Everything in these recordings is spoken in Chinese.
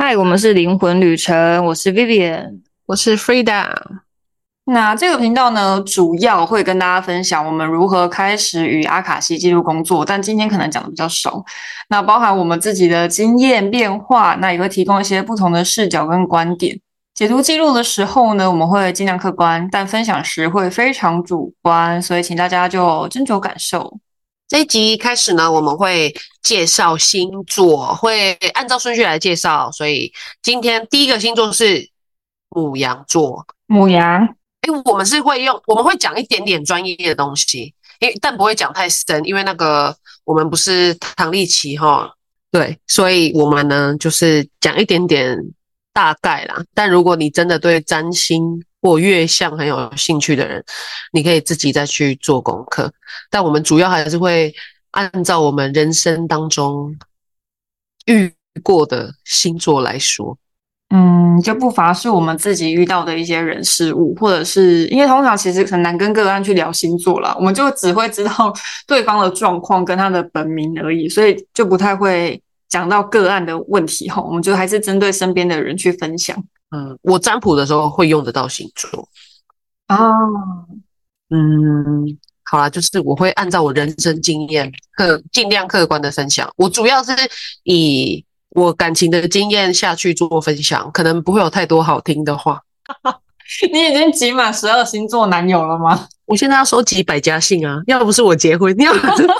嗨，我们是灵魂旅程，我是 Vivian。 我是 Frida。 那这个频道呢，主要会跟大家分享我们如何开始与阿卡西记录工作，但今天可能讲的比较少。那包含我们自己的经验变化，那也会提供一些不同的视角跟观点。解读记录的时候呢，我们会尽量客观，但分享时会非常主观，所以请大家就斟酌感受。 这一集开始呢，我们会介绍星座，会按照顺序来介绍。所以今天第一个星座是牡羊座。 母羊。 我们会讲一点点专业的东西，但不会讲太深，因为那个我们不是唐立奇哈。对，所以我们呢就是讲一点点大概啦。但如果你真的对占星或月相很有兴趣的人，你可以自己再去做功课。但我们主要还是会按照我们人生当中遇过的星座来说。 就不乏是我们自己遇到的一些人事物，或者是因为通常其实很难跟个案去聊星座啦，我们就只会知道对方的状况跟他的本名而已，所以就不太会讲到个案的问题哈。我们就还是针对身边的人去分享。 我占卜的时候会用得到星座。 啊。 嗯，好啦，就是我会按照我人生经验尽量客观的分享。我主要是以我感情的经验下去做分享，可能不会有太多好听的话。 你已经集满12星座男友了吗？ 我现在要收集百家姓啊，要不是我结婚，要不是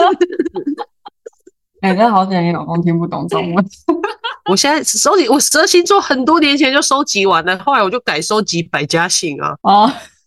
哎，真好险，你老公听不懂中文。 我现在收集我12星座很多年前就收集完了，后来我就改收集百家姓啊。 哦。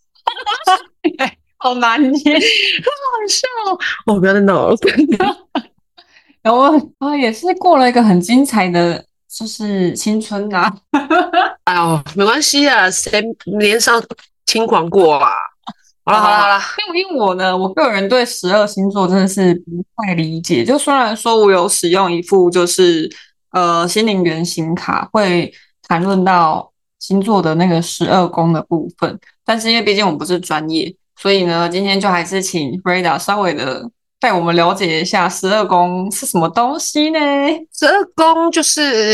好难念。 好笑哦！我不要再闹了。 然后也是过了一个很精彩的，就是青春啊。 哎呦，没关系啊，谁年少轻狂过啊？好了好啦， 好了好了。 因为我呢，我个人对12星座真的是不太理解。就虽然说我有使用一副就是心灵原型卡，会谈论到星座的那个12宫的部分，但是因为毕竟我不是专业，所以呢，今天就还是请 Freda 稍微的带我们了解一下12宫是什么东西呢？ 12宫就是，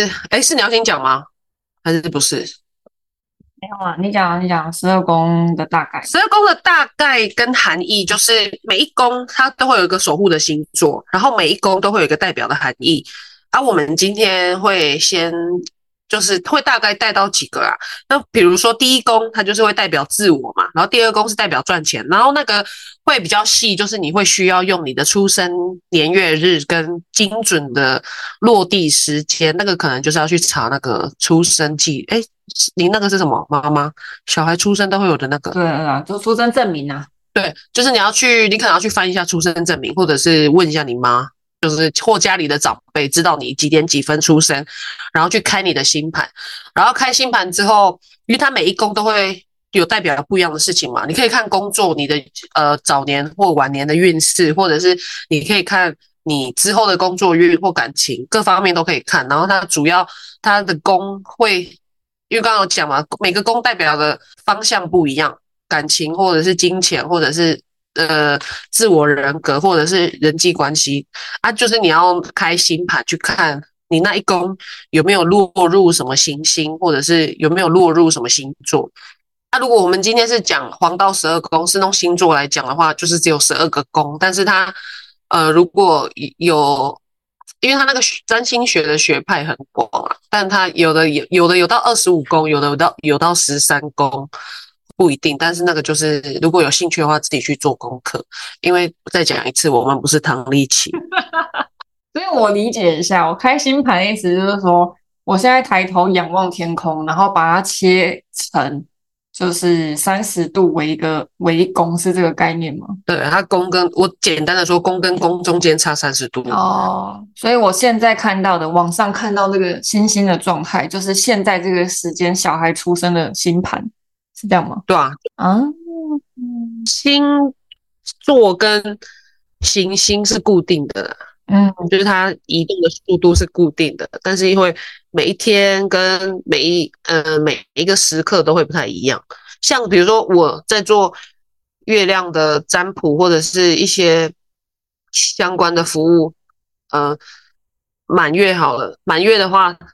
是你要先讲吗？还是不是？ 没有啊，你讲12宫的大概。 12宫的大概跟含义就是每一宫它都会有一个守护的星座，然后每一宫都会有一个代表的含义。我们今天会先就是会大概带到几个啊。那比如说第一宫它就是会代表自我嘛，然后第二宫是代表赚钱，然后那个会比较细，就是你会需要用你的出生年月日跟精准的落地时间，那个可能就是要去查那个出生记。你那个是什么？妈妈，小孩出生都会有的那个。 对啊，就出生证明啊。 对，就是你可能要去翻一下出生证明，或者是问一下你妈，就是或家里的长辈，知道你几点几分出生，然后去开你的星盘。然后开星盘之后，因为它每一宫都会有代表不一样的事情嘛，你可以看工作，你的早年或晚年的运势，或者是你可以看你之后的工作运或感情，各方面都可以看。然后它的宫会，因为刚刚有讲嘛，每个宫代表的方向不一样。感情或者是金钱，或者是自我人格，或者是人际关系就是你要开星盘去看你那一宫有没有落入什么行星，或者是有没有落入什么星座。如果我们今天是讲黄道12宫，是用星座来讲的话，就是只有12个宫，但是它如果有。因为它那个占星学的学派很广啊，但它有的有到25宫，有到13宫，不一定。但是那个就是如果有兴趣的话，自己去做功课。因为再讲一次，我们不是唐立奇。 所以我理解一下，我开星盘的意思就是说，我现在抬头仰望天空，然后把它切成就是30度为一个围攻，是这个概念吗？ 对，它宫跟我简单的说，宫跟宫中间差30度。 哦，所以我现在看到的网上看到这个星星的状态，就是现在这个时间小孩出生的星盘，是这样吗？ 对啊， 啊。 星座跟行星是固定的啦， 嗯。 就是它移动的速度是固定的，但是因为每一天跟每一个时刻都会不太一样。像比如说我在做月亮的占卜或者是一些相关的服务，呃，满月好了，满月的话，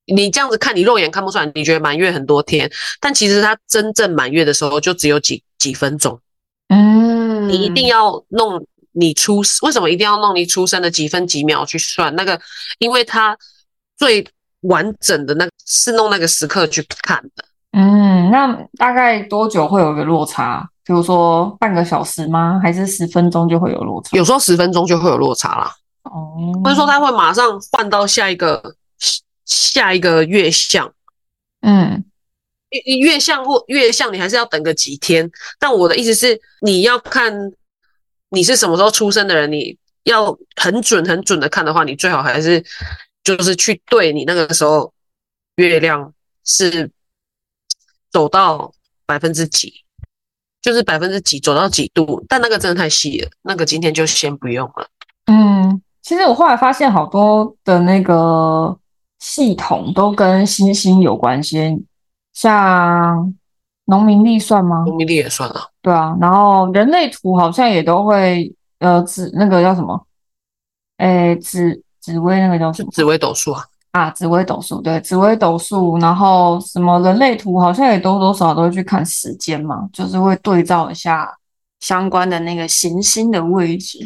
你这样子看，你肉眼看不出来，你觉得满月很多天，但其实它真正满月的时候就只有几分钟。你一定要弄为什么一定要弄你出生的几分几秒去算那个？因为它最完整的是弄那个时刻去看的。 那大概多久会有一个落差？比如说半个小时吗？还是10分钟就会有落差？ 有时候10分钟就会有落差啦。或者说它会马上换到下一个月相。月相你还是要等个几天。但我的意思是，你要看你是什么时候出生的人，你要很准的看的话，你最好还是就是去对你那个时候月亮是走到几%，就是几%走到几度，但那个真的太细了，那个今天就先不用了。 其实我后来发现好多的那个系统都跟星星有关系，像农民历算吗？ 农民历也算了。 对啊，然后人类图好像也都会那个叫什么？紫微那个叫什么？ 紫微斗数啊。 紫微斗数，对，紫微斗数，然后什么人类图好像也多多少少都会去看时间嘛，就是会对照一下相关的那个行星的位置。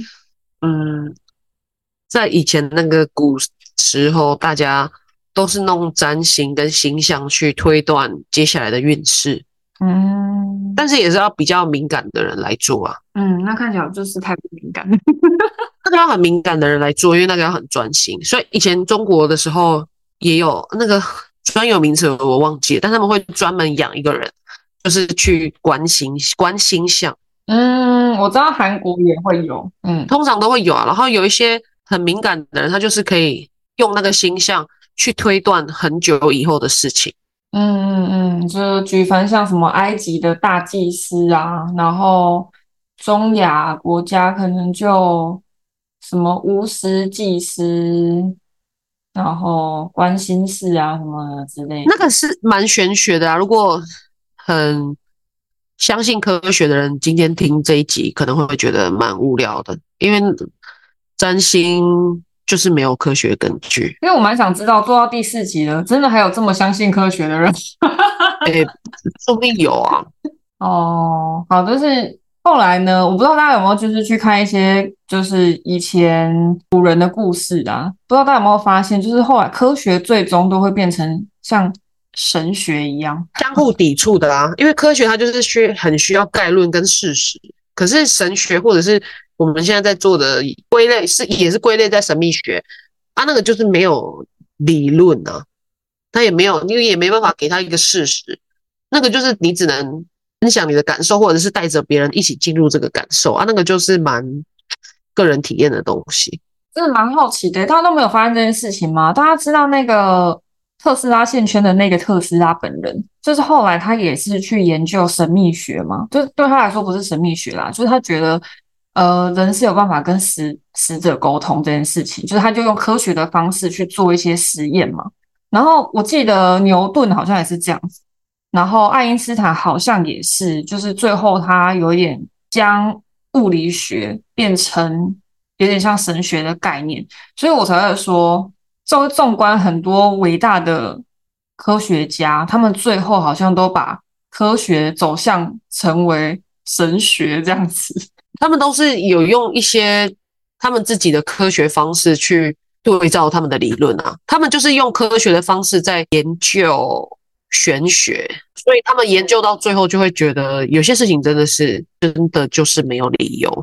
在以前那个古时候，大家都是弄占星跟星象去推断接下来的运势。但是也是要比较敏感的人来做啊。 那看起来就是太不敏感了。 那个要很敏感的人来做，因为那个要很专心。所以以前中国的时候也有那个专有名词我忘记了，但他们会专门养一个人，就是去观星象。 我知道韩国也会有， 通常都会有啊。然后有一些很敏感的人，他就是可以用那个星象去推断很久以后的事情。 就举凡像什么埃及的大祭司啊，然后中亚国家可能就什么巫师、祭司，然后观心事啊什么的之类的。 那个是蛮玄学的啊。如果很相信科学的人，今天听这一集可能会觉得蛮无聊的，因为占星就是没有科学根据。 因为我蛮想知道，做到第4集了，真的还有这么相信科学的人？ 说不定有啊。 哦，好，就是后来呢，我不知道大家有没有就是去看一些就是以前古人的故事啊，不知道大家有没有发现，就是后来科学最终都会变成像神学一样， 相互抵触的啊。因为科学它就是很需要概论跟事实，可是神学或者是我们现在在做的归类也是归类在神秘学啊，那个就是没有理论啊，它也没有，因为也没办法给他一个事实，那个就是你只能分享你的感受，或者是带着别人一起进入这个感受啊，那个就是蛮个人体验的东西。 真的蛮好奇的，大家都没有发现这件事情吗？大家知道那个特斯拉线圈的那个特斯拉本人，就是后来他也是去研究神秘学嘛，就是对他来说不是神秘学啦，就是他觉得人是有办法跟死者沟通这件事情，就是他就用科学的方式去做一些实验嘛。然后我记得牛顿好像也是这样子，然后爱因斯坦好像也是，就是最后他有一点将物理学变成有点像神学的概念，所以我才会说，纵观很多伟大的科学家，他们最后好像都把科学走向成为神学这样子。 他们都是有用一些他们自己的科学方式去对照他们的理论啊，他们就是用科学的方式在研究玄学，所以他们研究到最后就会觉得有些事情真的就是没有理由。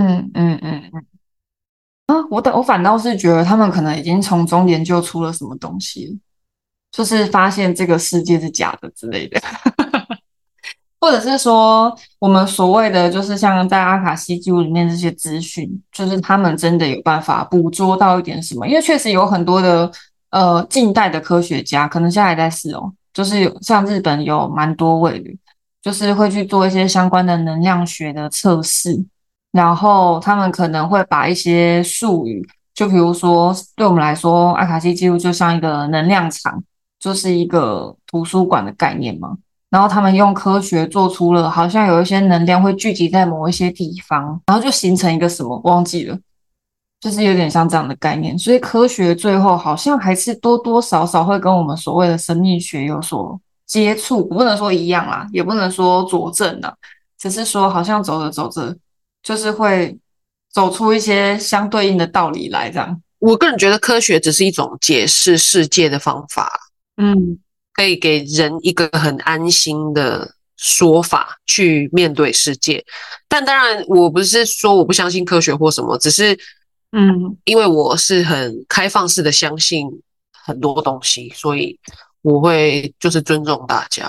我反倒是觉得他们可能已经从中研究出了什么东西，就是发现这个世界是假的之类的。或者是说，我们所谓的就是像在阿卡西记录里面这些资讯，就是他们真的有办法捕捉到一点什么？因为确实有很多的近代的科学家，可能现在还在试哦，就是像日本有蛮多位的，就是会去做一些相关的能量学的测试，然后他们可能会把一些术语，就比如说对我们来说，阿卡西记录就像一个能量场，就是一个图书馆的概念嘛。然后他们用科学做出了好像有一些能量会聚集在某一些地方，然后就形成一个什么忘记了， 就是有点像这样的概念。所以科学最后好像还是多多少少会跟我们所谓的生命学有所接触，不能说一样啦，也不能说佐证啦，只是说好像走着走着就是会走出一些相对应的道理来，这样。 我个人觉得科学只是一种解释世界的方法， 嗯可以给人一个很安心的说法去面对世界。但当然，我不是说我不相信科学或什么，只是因为我是很开放式的相信很多东西，所以我会就是尊重大家。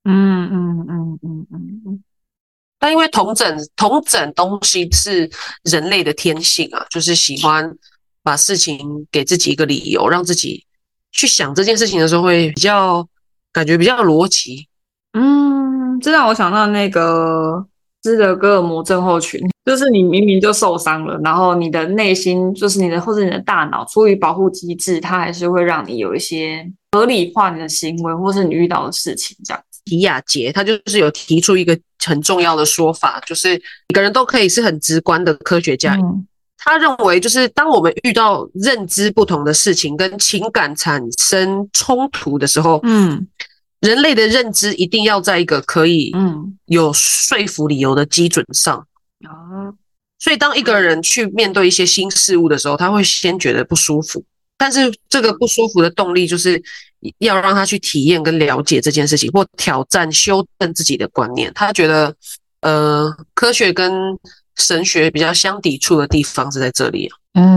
但因为同整东西是人类的天性啊，就是喜欢把事情给自己一个理由，让自己去想这件事情的时候会感觉比较逻辑。 这让我想到那个斯德哥尔摩症候群，就是你明明就受伤了，然后你的内心就是或者你的大脑出于保护机制，它还是会让你有一些合理化你的行为，或是你遇到的事情这样。 提亚杰他就是有提出一个很重要的说法，就是每个人都可以是很直观的科学家。他认为就是当我们遇到认知不同的事情跟情感产生冲突的时候，人类的认知一定要在一个可以有说服理由的基准上。所以当一个人去面对一些新事物的时候，他会先觉得不舒服，但是这个不舒服的动力就是要让他去体验跟了解这件事情，或挑战修正自己的观念。他觉得科学跟神学比较相抵触的地方是在这里。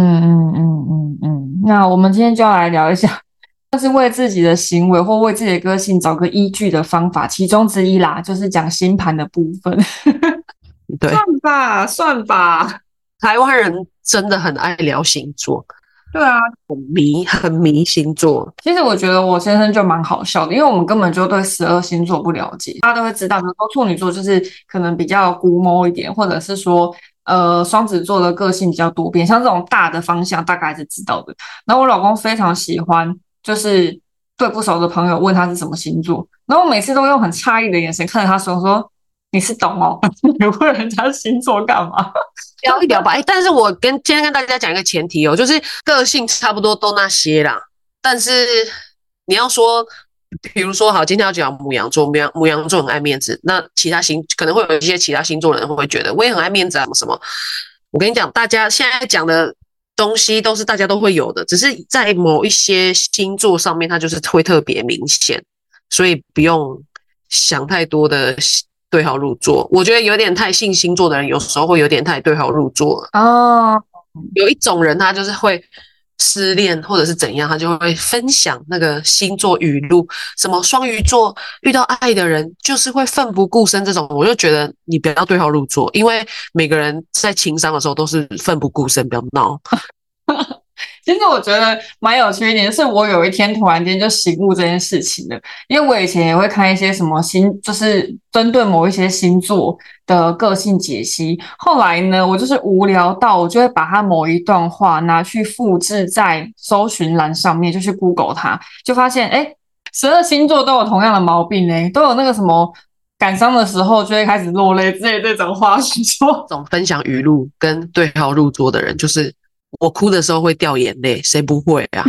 那我们今天就要来聊一下就是为自己的行为或为自己的个性找个依据的方法，其中之一啦，就是讲星盘的部分。 对， 算吧。 台湾人真的很爱聊星座。 对啊， 很迷星座。 其实我觉得我先生就蛮好笑的，因为我们根本就对12星座不了解。大家都会知道，比如说处女座就是可能比较孤摸一点，或者是说双子座的个性比较多变，像这种大的方向大概是知道的。然后我老公非常喜欢，就是对不熟的朋友问他是什么星座，然后我每次都用很诧异的眼神看着他说你是懂哦，你问人家星座干嘛？ 聊一聊吧。但是我今天跟大家讲一个前提哦，就是个性差不多都那些啦。但是你要说，比如说好，今天要讲牡羊座，牡羊座很爱面子，那可能会有一些其他星座的人会觉得我也很爱面子啊什么。我跟你讲，大家现在讲的东西都是大家都会有的，只是在某一些星座上面，它就是会特别明显，所以不用想太多的对号入座。我觉得有点太信星座的人，有时候会有点太对号入座了。有一种人他就是会失恋或者是怎样，他就会分享那个星座语录，什么双鱼座遇到爱的人就是会奋不顾身这种，我就觉得你不要对号入座，因为每个人在情伤的时候都是奋不顾身，不要闹。 其实我觉得蛮有趣一点，是我有一天突然间就醒悟这件事情了。因为我以前也会看一些什么就是针对某一些星座的个性解析。后来呢，我就是无聊到我就会把它某一段话拿去复制在搜寻栏上面，就去 Google 它，就发现12星座都有同样的毛病都有那个什么感伤的时候就会开始落泪之类这种话说。 这种分享语录跟对号入座的人，就是我哭的时候会掉眼泪，谁不会啊？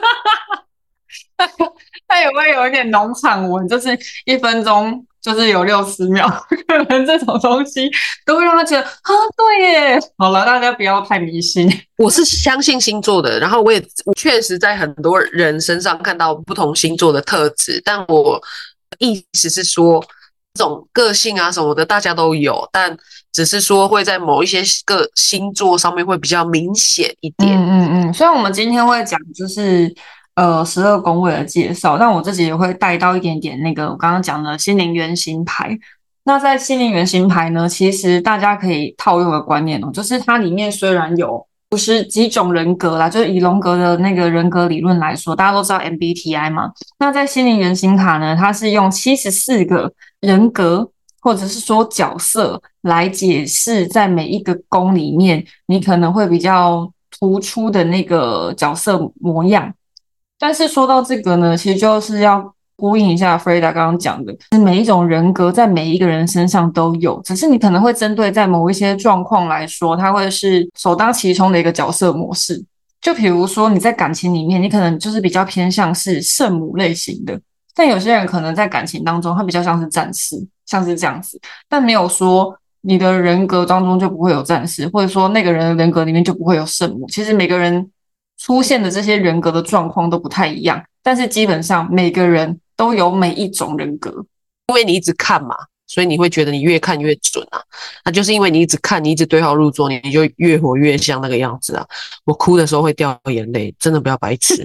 他也会有一点农场文，就是1分钟就是有60秒，可能这种东西都会让他觉得啊，对耶。好了，大家不要太迷信。 我是相信星座的，然后我确实在很多人身上看到不同星座的特质，但我意思是说，这种个性啊什么的大家都有，但只是说会在某一些个星座上面会比较明显一点。 虽然我们今天会讲就是12宫位的介绍，但我自己也会带到一点点那个我刚刚讲的心灵原型牌。那在心灵原型牌呢，其实大家可以套用的观念就是它里面虽然有50几种人格啦，就是以荣格的那个人格理论来说，大家都知道 MBTI 嘛。那在心灵原型卡呢，它是用74个人格或者是说角色来解释在每一个宫里面你可能会比较突出的那个角色模样。但是说到这个呢，其实就是要呼应一下 Freda 刚刚讲的，每一种人格在每一个人身上都有，只是你可能会针对在某一些状况来说，它会是首当其冲的一个角色模式。就比如说你在感情里面，你可能就是比较偏向是圣母类型的，但有些人可能在感情当中，他比较像是战士，像是这样子，但没有说你的人格当中就不会有战士，或者说那个人的人格里面就不会有圣母。其实每个人出现的这些人格的状况都不太一样，但是基本上每个人都有每一种人格。 因为你一直看嘛，所以你会觉得你越看越准啊。那就是因为你一直看，你一直对号入座，你就越活越像那个样子啊。我哭的时候会掉眼泪，真的不要白痴。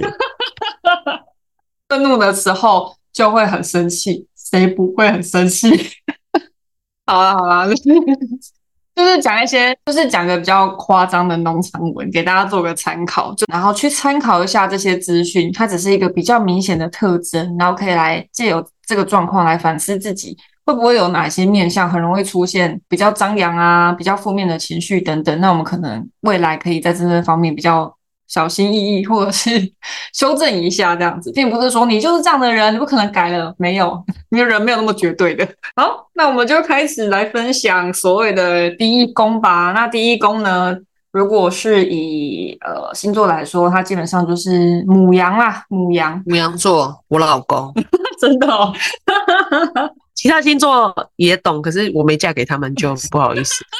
愤怒的时候就会很生气，谁不会很生气？好啦好啦，就是讲一些，就是讲个比较夸张的农场文，给大家做个参考，然后去参考一下这些资讯，它只是一个比较明显的特征，然后可以来借由这个状况来反思自己会不会有哪些面向很容易出现比较张扬啊、比较负面的情绪等等。那我们可能未来可以在这方面比较小心翼翼，或者是修正一下这样子，并不是说你就是这样的人，你不可能改了，没有，因为人没有那么绝对的。好，那我们就开始来分享所谓的第一宫吧。那第一宫呢，如果是以星座来说，它基本上就是牡羊啦，牡羊座，我老公真的哦。 其他星座也懂，可是我没嫁给他们，就不好意思。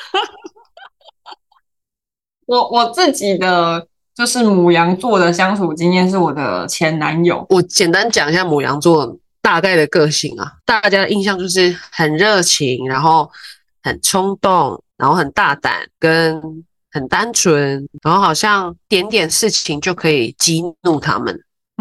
我自己的就是牡羊座的相处经验是我的前男友。 我简单讲一下牡羊座大概的个性啊，大家的印象就是很热情，然后很冲动，然后很大胆，跟很单纯，然后好像点点事情就可以激怒他们。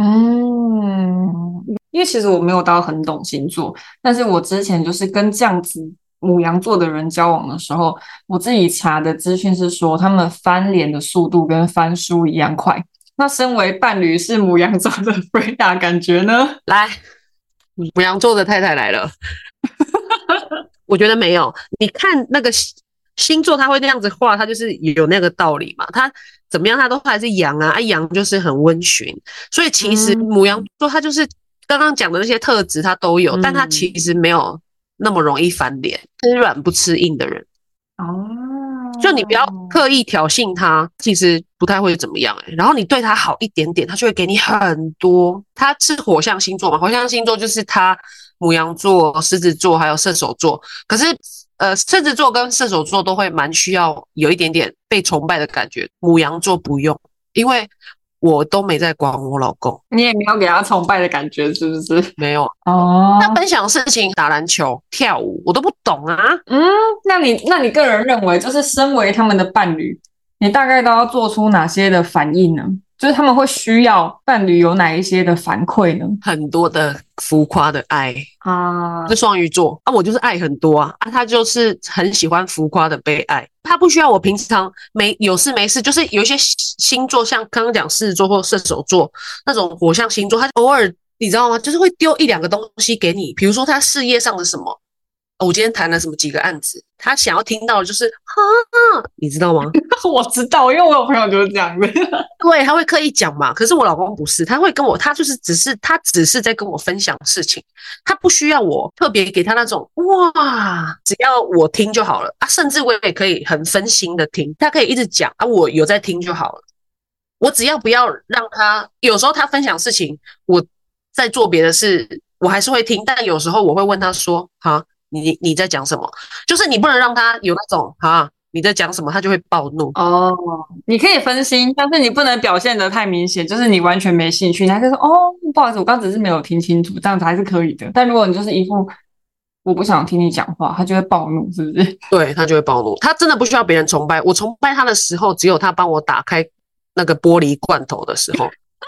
因为其实我没有到很懂星座，但是我之前就是跟这样子牡羊座的人交往的时候，我自己查的资讯是说，他们翻脸的速度跟翻书一样快。那身为伴侣是牡羊座的 Freda 感觉呢？ 来，牡羊座的太太来了。我觉得没有，你看那个星座他会那样子画，他就是有那个道理嘛。他怎么样，他都还是羊啊，羊就是很温驯，所以其实牡羊座他就是刚刚讲的那些特质他都有，但他其实没有那么容易翻脸，吃软不吃硬的人。就你不要刻意挑衅他，其实不太会怎么样然后你对他好一点点，他就会给你很多。他是火象星座嘛，火象星座就是他牡羊座、狮子座还有射手座。可是狮子座跟射手座都会蛮需要有一点点被崇拜的感觉，牡羊座不用，因为我都没在管我老公。 你也没有给他崇拜的感觉是不是？ 没有哦， 他分享事情，打篮球、跳舞，我都不懂啊。 那你个人认为，就是身为他们的伴侣，你大概都要做出哪些的反应呢？就是他们会需要伴侣有哪一些的反馈呢？ 很多的浮夸的爱啊， 是双鱼座啊，我就是爱很多啊，他就是很喜欢浮夸的被爱，他不需要我平常有事没事，就是有一些星座，像刚刚讲狮子座或射手座那种火象星座，他偶尔你知道吗？就是会丢一两个东西给你，比如说他事业上的什么。我今天谈了什么几个案子，他想要听到的就是你知道吗？ 我知道，因为我有朋友就是这样的。 对，他会刻意讲嘛。可是我老公不是，他会跟我，他只是在跟我分享事情，他不需要我特别给他那种哇，只要我听就好了啊。甚至我也可以很分心的听，他可以一直讲啊，我有在听就好了。我只要不要让他，有时候他分享事情，我在做别的事，我还是会听，但有时候我会问他说你在讲什么？就是你不能让他有那种你在讲什么，他就会暴怒。 哦，你可以分心，但是你不能表现得太明显，就是你完全没兴趣，你还可以说不好意思，我刚只是没有听清楚，这样子还是可以的。但如果你就是一副我不想听你讲话，他就会暴怒，是不是？ 对，他就会暴怒。他真的不需要别人崇拜，我崇拜他的时候，只有他帮我打开那个玻璃罐头的时候。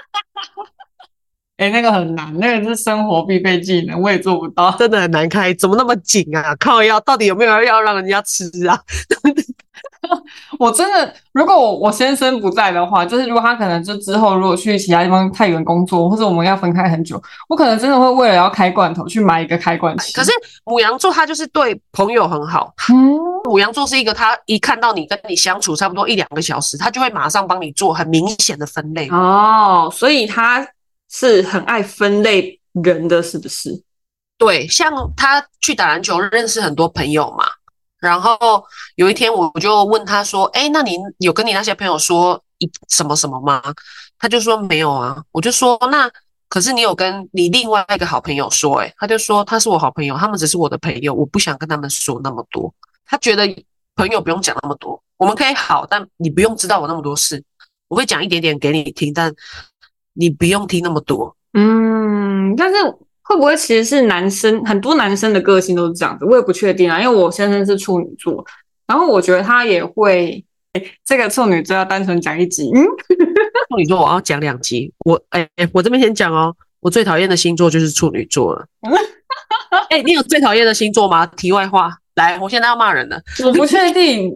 那个很难，那个是生活必备技能，我也做不到， 真的很难开，怎么那么紧啊？靠腰，到底有没有要让人家吃啊？ 我真的，如果我先生不在的话，就是如果他可能就之后如果去其他地方太远工作，或者我们要分开很久，我可能真的会为了要开罐头去买一个开罐器。 可是牡羊座他就是对朋友很好，牡羊座是一个他一看到你跟你相处差不多1-2个小时，他就会马上帮你做很明显的分类。 所以他是很爱分类人的，是不是？ 对，像他去打篮球认识很多朋友嘛，然后有一天我就问他说：“哎，那你有跟你那些朋友说什么什么吗？”他就说没有啊。我就说那可是你有跟你另外一个好朋友说，他就说他是我好朋友，他们只是我的朋友，我不想跟他们说那么多。他觉得朋友不用讲那么多，我们可以好，但你不用知道我那么多事，我会讲一点点给你听，但你不用听那么多。 但是会不会其实是男生很多男生的个性都是这样子？我也不确定啊，因为我先生是处女座，然后我觉得他也会。这个处女座要单纯讲一集， 处女座我要讲2集，我这边先讲哦，我最讨厌的星座就是处女座了。你有最讨厌的星座吗？题外话，来，我现在要骂人了。 我不确定。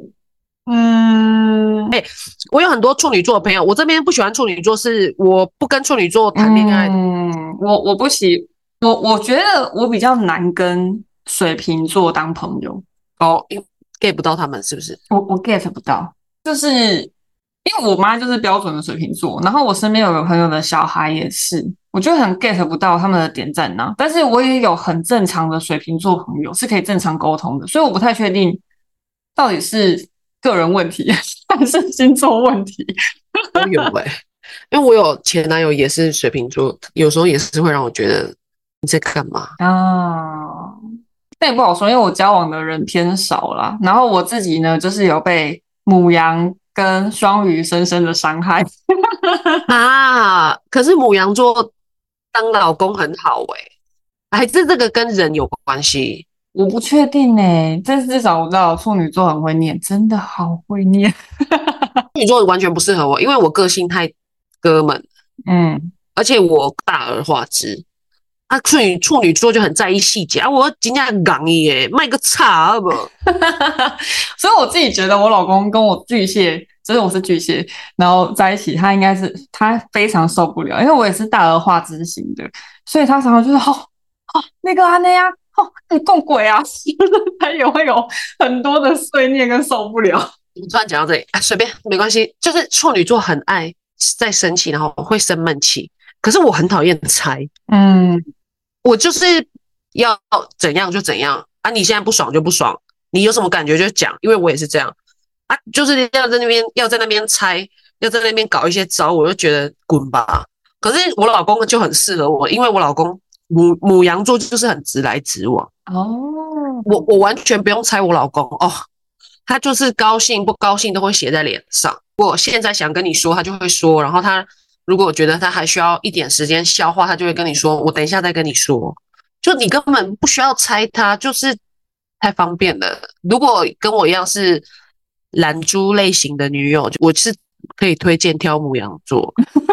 我有很多处女座的朋友，我这边不喜欢处女座，是我不跟处女座谈恋爱的。 我不喜，我觉得我比较难跟水瓶座当朋友。 因为 get 不到他们是不是？ 我 get 不到，就是因为我妈就是标准的水瓶座，然后我身边有个朋友的小孩也是，我就很 get 不到他们的点在哪。但是我也有很正常的水瓶座朋友，是可以正常沟通的，所以我不太确定到底是个人问题还是星座问题。 都有因为我有前男友也是水瓶座，有时候也是会让我觉得你在干嘛啊？那也不好说，因为我交往的人偏少啦。然后我自己呢，就是有被牡羊跟双鱼深深的伤害啊？可是牡羊座当老公很好还是这个跟人有关系？ 我不确定但是至少我知道处女座很会念，真的好会念。 处女座完全不适合我，因为我个性太哥们，而且我大而化之。处女座就很在意细节啊！我今天讲耶，卖个差好不好？ 所以我自己觉得我老公跟我巨蟹，就是我是巨蟹，然后在一起，他非常受不了，因为我也是大而化之型的，所以他常常就是那个那样你共鬼啊，他也会有很多的碎念跟受不了。 你突然讲到这里随便没关系，就是处女座很爱在生气，然后会生闷气，可是我很讨厌猜，我就是要怎样就怎样啊！你现在不爽就不爽，你有什么感觉就讲，因为我也是这样啊，就是要在那边猜，要在那边搞一些招，我就觉得滚吧。可是我老公就很适合我，因为我老公母羊座就是很直来直往我完全不用猜我老公他就是高兴不高兴都会写在脸上。我现在想跟你说，他就会说，然后他如果我觉得他还需要一点时间消化，他就会跟你说，我等一下再跟你说。就你根本不需要猜他，就是太方便了。如果跟我一样是懒猪类型的女友，我是可以推荐挑牡羊座。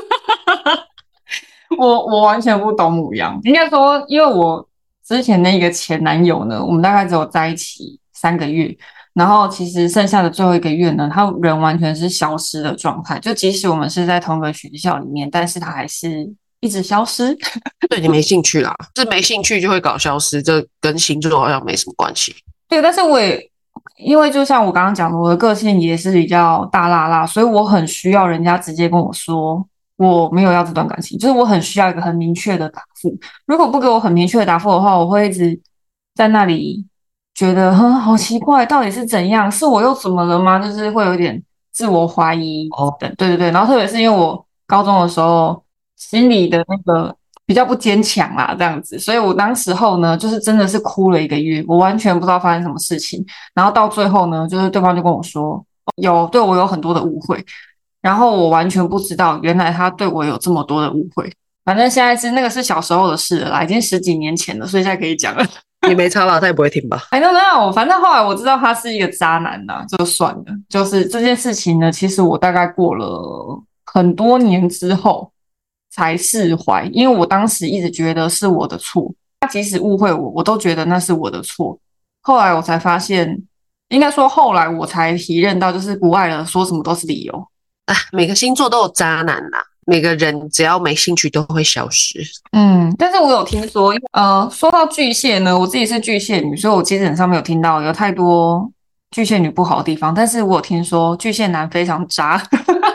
我完全不懂牡羊，应该说，因为我之前那个前男友呢，我们大概只有在一起3个月，然后其实剩下的最后1个月呢，他人完全是消失的状态，就即使我们是在同个学校里面，但是他还是一直消失。 对你没兴趣啦，这没兴趣就会搞消失，这跟星座好像没什么关系。 对，但是我也因为就像我刚刚讲的，我的个性也是比较大辣辣，所以我很需要人家直接跟我说我没有要这段感情，就是我很需要一个很明确的答复。如果不给我很明确的答复的话，我会一直在那里觉得好奇怪，到底是怎样？是我又怎么了吗？就是会有点自我怀疑对，然后特别是因为我高中的时候心里的那个比较不坚强啦，这样子，所以我当时候呢，就是真的是哭了1个月，我完全不知道发生什么事情。然后到最后呢，就是对方就跟我说，对我有很多的误会，然后我完全不知道，原来他对我有这么多的误会。反正现在那个是小时候的事了啦，已经10几年前了，所以现在可以讲了。 也没差吧，他也不会听吧。 I don't know，反正后来我知道他是一个渣男啦，就算了。就是这件事情呢，其实我大概过了很多年之后才释怀，因为我当时一直觉得是我的错，他即使误会我，我都觉得那是我的错。后来我才发现，应该说后来我才体认到，就是不爱了，说什么都是理由。 每个星座都有渣男啦，每个人只要没兴趣都会消失。 但是我有听说，说到巨蟹呢，我自己是巨蟹女，所以我基本上没有听到有太多巨蟹女不好的地方，但是我有听说巨蟹男非常渣。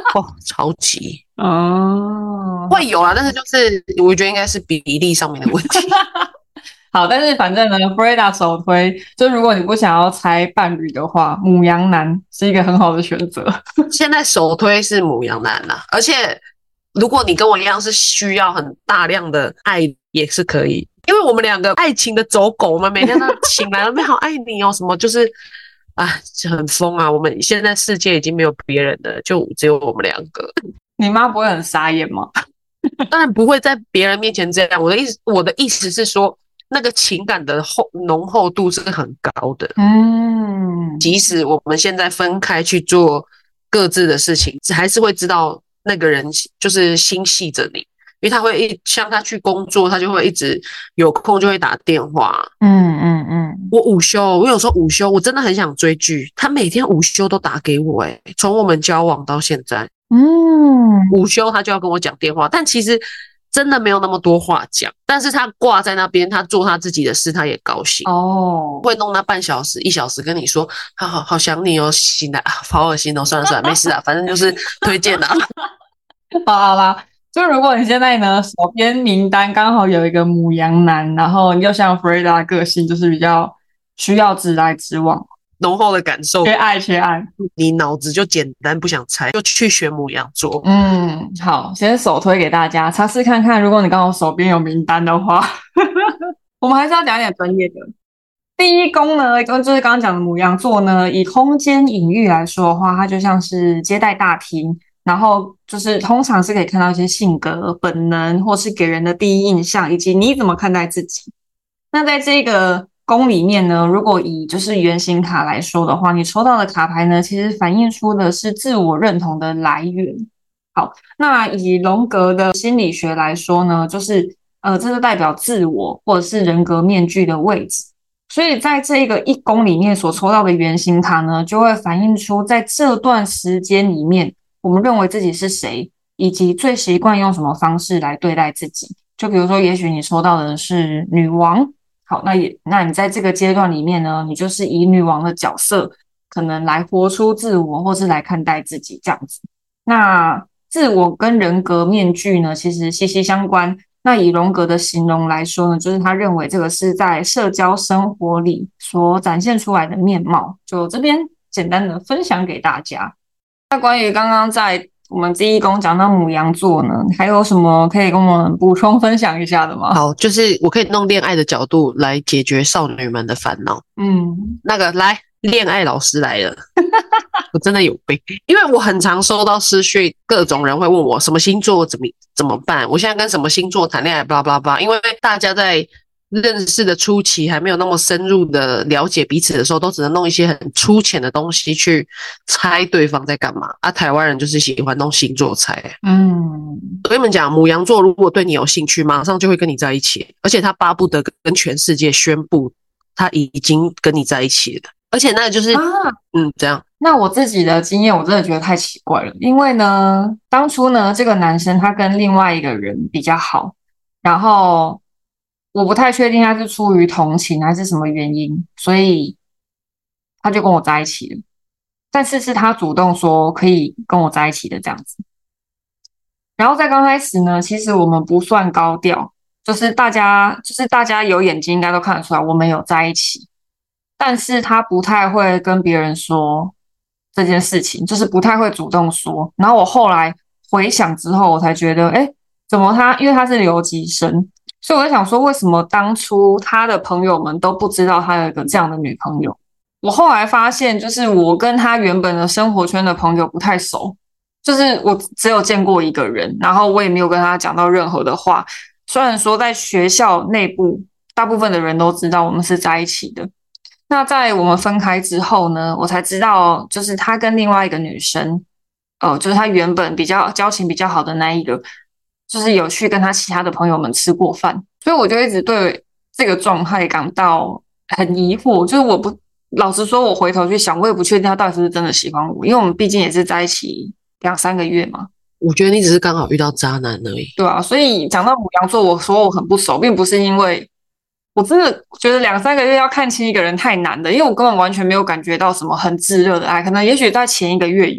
哦，超级哦， 会有啦，但是就是我觉得应该是比例上面的问题。 好，但是反正呢，Freda 首推，就如果你不想要猜伴侣的话，母羊男是一个很好的选择。 现在首推是母羊男啦，而且如果你跟我一样是需要很大量的爱，也是可以，因为我们两个爱情的走狗，我们每天都醒来了，没好爱你哦，什么就是啊，很疯啊！我们现在世界已经没有别人了，就只有我们两个。 你妈不会很傻眼吗？ 当然不会在别人面前这样。我的意思是说，那个情感的浓厚度是很高的。即使我们现在分开去做各自的事情，还是会知道那个人就是心系着你，因为他会像他去工作，他就会一直有空就会打电话。我午休，我有时候午休，我真的很想追剧，他每天午休都打给我，从我们交往到现在。午休他就要跟我讲电话，但其实真的没有那么多话讲。但是他挂在那边，他做他自己的事，他也高兴哦。 会弄那半小时、1小时跟你说，好想你哦，醒来好恶心哦，算了，没事啊，反正就是推荐的。 好啦，就如果你现在呢手边名单刚好有一个母羊男，然后又像 Freda 的个性就是比较需要直来直往， 浓厚的感受， 缺爱， 你脑子就简单，不想猜，就去选母羊座。 好，先首推给大家尝试看看，如果你刚好手边有名单的话，我们还是要讲一点专业的。第一宫呢，就是刚刚讲的母羊座呢，以空间隐喻来说的话，它就像是接待大厅，然后就是通常是可以看到一些性格、本能，或是给人的第一印象，以及你怎么看待自己。那在这个宫里面呢，如果以就是原型卡来说的话，你抽到的卡牌呢，其实反映出的是自我认同的来源。好，那以荣格的心理学来说呢，就是这就代表自我或者是人格面具的位置。所以在这个一宫里面所抽到的原型卡呢，就会反映出在这段时间里面，我们认为自己是谁，以及最习惯用什么方式来对待自己。就比如说，也许你抽到的是女王，好，那你在这个阶段里面呢，你就是以女王的角色，可能来活出自我，或是来看待自己这样子。那自我跟人格面具呢，其实息息相关。那以荣格的形容来说呢，就是他认为这个是在社交生活里所展现出来的面貌。就这边简单的分享给大家。那关于刚刚在我们第一宫讲到母羊座呢，还有什么可以跟我们补充分享一下的吗？ 好，就是我可以弄恋爱的角度来解决少女们的烦恼。那个来，恋爱老师来了。我真的有病，因为我很常收到私讯，各种人会问我什么星座怎么办，我现在跟什么星座谈恋爱，巴拉巴拉巴拉。因为大家在认识的初期还没有那么深入的了解彼此的时候，都只能弄一些很粗浅的东西去猜对方在干嘛啊。台湾人就是喜欢弄星座猜。我跟你们讲，母羊座如果对你有兴趣，马上就会跟你在一起，而且他巴不得跟全世界宣布他已经跟你在一起了。而且那就是这样。 那我自己的经验，我真的觉得太奇怪了。因为呢，当初呢，这个男生他跟另外一个人比较好，然后我不太确定他是出于同情还是什么原因，所以他就跟我在一起了。但是是他主动说可以跟我在一起的这样子。然后在刚开始呢，其实我们不算高调，就是大家有眼睛应该都看得出来我们有在一起。但是他不太会跟别人说这件事情，就是不太会主动说。然后我后来回想之后，我才觉得，怎么因为他是留级生，所以我在想说，为什么当初他的朋友们都不知道他有一个这样的女朋友？我后来发现，就是我跟他原本的生活圈的朋友不太熟，就是我只有见过一个人，然后我也没有跟他讲到任何的话。虽然说在学校内部，大部分的人都知道我们是在一起的。那在我们分开之后呢，我才知道，就是他跟另外一个女生，就是他原本比较交情比较好的那一个，就是有去跟他其他的朋友们吃过饭，所以我就一直对这个状态感到很疑惑。就是老实说，我回头去想，我也不确定他到底是不是真的喜欢我，因为我们毕竟也是在一起2-3个月嘛。 我觉得你只是刚好遇到渣男而已。 对啊，所以讲到母羊座，我说我很不熟，并不是因为我真的觉得2-3个月要看清一个人太难了，因为我根本完全没有感觉到什么很炙热的爱，可能也许在前1个月有，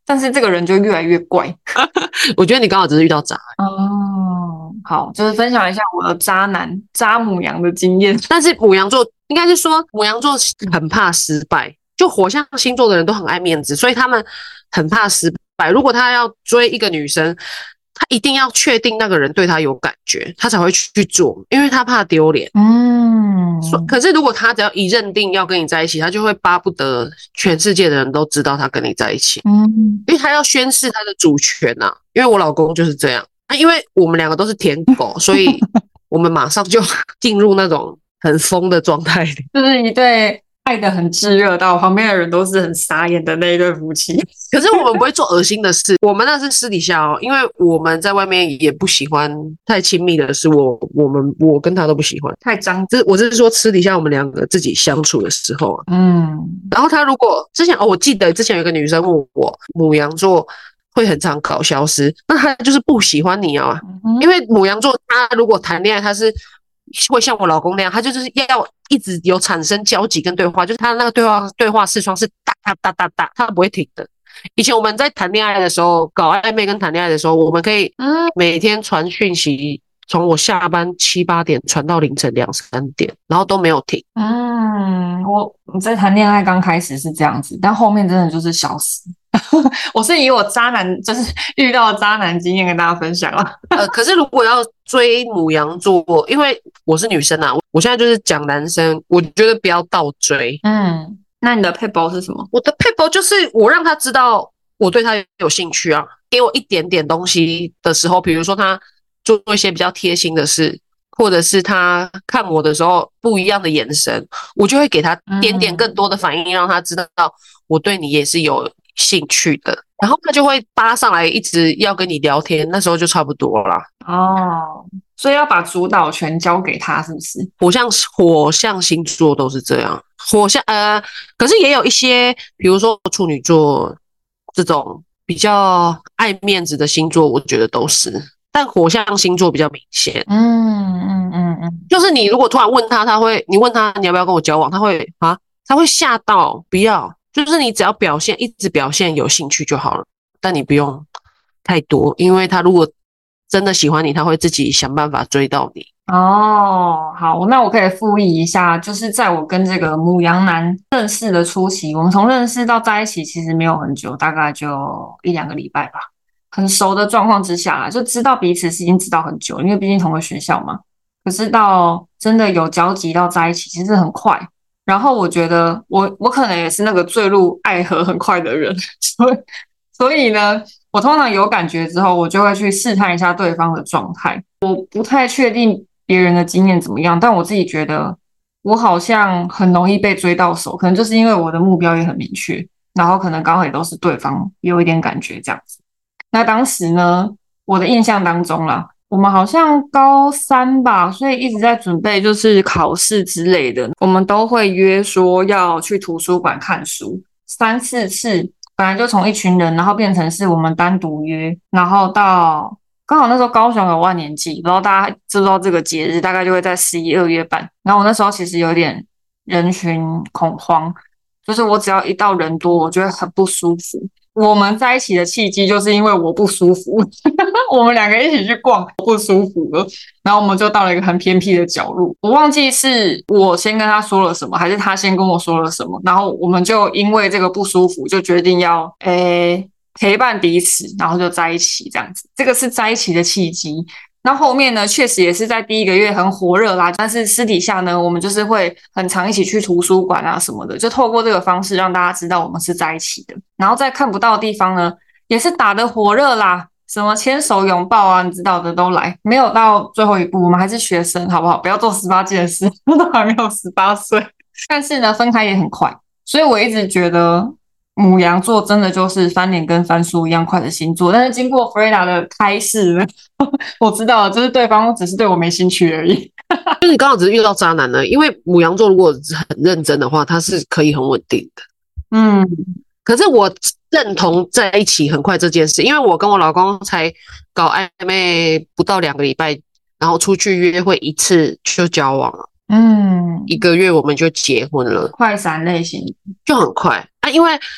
但是这个人就越来越怪。 我觉得你刚好只是遇到渣。 哦，好，就是分享一下我的渣男渣母羊的经验。 但是牡羊座应该是说牡羊座很怕失败，就火象星座的人都很爱面子，所以他们很怕失败。如果他要追一个女生，他一定要确定那个人对他有感觉，他才会去做，因为他怕丢脸。可是如果他只要一认定要跟你在一起，他就会巴不得全世界的人都知道他跟你在一起。因为他要宣示他的主权啊。因为我老公就是这样啊，因为我们两个都是舔狗，所以我们马上就进入那种很疯的状态里， 就是一对爱得很炙热到旁边的人都是很傻眼的那一对夫妻。 可是我们不会做恶心的事，我们那是私底下哦，因为我们在外面也不喜欢太亲密的事，我跟他都不喜欢太脏。 我是说私底下我们两个自己相处的时候啊。然后他如果之前我记得之前有一个女生问我牡羊座会很常搞消失，那他就是不喜欢你啊。因为牡羊座他如果谈恋爱，他是会像我老公那样，他就是要一直有产生交集跟对话，就是他那个对话视窗是哒哒哒哒哒，他不会停的。以前我们在谈恋爱的时候，搞暧昧跟谈恋爱的时候，我们可以每天传讯息，从我下班7、8点传到凌晨2、3点，然后都没有停。 我在谈恋爱刚开始是这样子，但后面真的就是消失。我是以我渣男就是遇到的渣男经验跟大家分享了。 可是如果要追牡羊座，因为我是女生啊，我现在就是讲男生，我觉得不要倒追。 那你的配包是什么？ 我的配包就是我让他知道我对他有兴趣啊，给我一点点东西的时候，比如说他做一些比较贴心的事，或者是他看我的时候不一样的眼神，我就会给他点点更多的反应，让他知道我对你也是有兴趣的，然后他就会扒上来一直要跟你聊天，那时候就差不多了。 所以要把主导权交给他，是不是？ 火象星座都是这样，可是也有一些，比如说处女座这种比较爱面子的星座，我觉得都是，但火象星座比较明显。就是你如果突然问他，你问他你要不要跟我交往，他会吓到，不要。就是你只要一直表现有兴趣就好了，但你不用太多，因为他如果真的喜欢你，他会自己想办法追到你。 好，那我可以复议一下，就是在我跟这个牡羊男认识的初期，我们从认识到在一起其实没有很久，大概就1、2个礼拜吧。很熟的状况之下啦，就知道彼此是已经知道很久，因为毕竟同个学校嘛。可是到真的有交集到在一起，其实很快。然后我觉得我可能也是那个坠入爱河很快的人，所以呢，我通常有感觉之后，我就会去试探一下对方的状态。我不太确定别人的经验怎么样，但我自己觉得我好像很容易被追到手，可能就是因为我的目标也很明确，然后可能刚好也都是对方有一点感觉这样子。那当时呢，我的印象当中啦，我们好像高3吧，所以一直在准备就是考试之类的，我们都会约说要去图书馆看书，3、4次，本来就从一群人，然后变成是我们单独约，然后到刚好那时候高雄有万年祭，不知道大家知不知道这个节日，大概就会在11、2月办。然后我那时候其实有点人群恐慌，就是我只要一到人多，我就会很不舒服。我们在一起的契机就是因为我不舒服，我们2个一起去逛，我不舒服了，然后我们就到了一个很偏僻的角落。我忘记是我先跟他说了什么，还是他先跟我说了什么，然后我们就因为这个不舒服，就决定要陪伴彼此，然后就在一起这样子。这个是在一起的契机。那后面呢，确实也是在第1个月很火热啦，但是私底下呢，我们就是会很常一起去图书馆啊什么的，就透过这个方式让大家知道我们是在一起的。然后在看不到的地方呢，也是打得火热啦，什么牵手拥抱啊，你知道的都来。没有到最后一步，我们还是学生，好不好？不要做18禁的事，都还没有18岁。但是呢，分开也很快，所以我一直觉得牡羊座真的就是翻脸跟翻书一样快的星座。但是经过 Freda 的开示呢，我知道就是对方只是对我没兴趣而已。 就是你刚好只是遇到渣男呢，因为牡羊座如果很认真的话，他是可以很稳定的。可是我认同在一起很快这件事，因为我跟我老公才搞暧昧不到2个礼拜，然后出去约会1次就交往了，1个月我们就结婚了， 快闪类型就很快啊。因为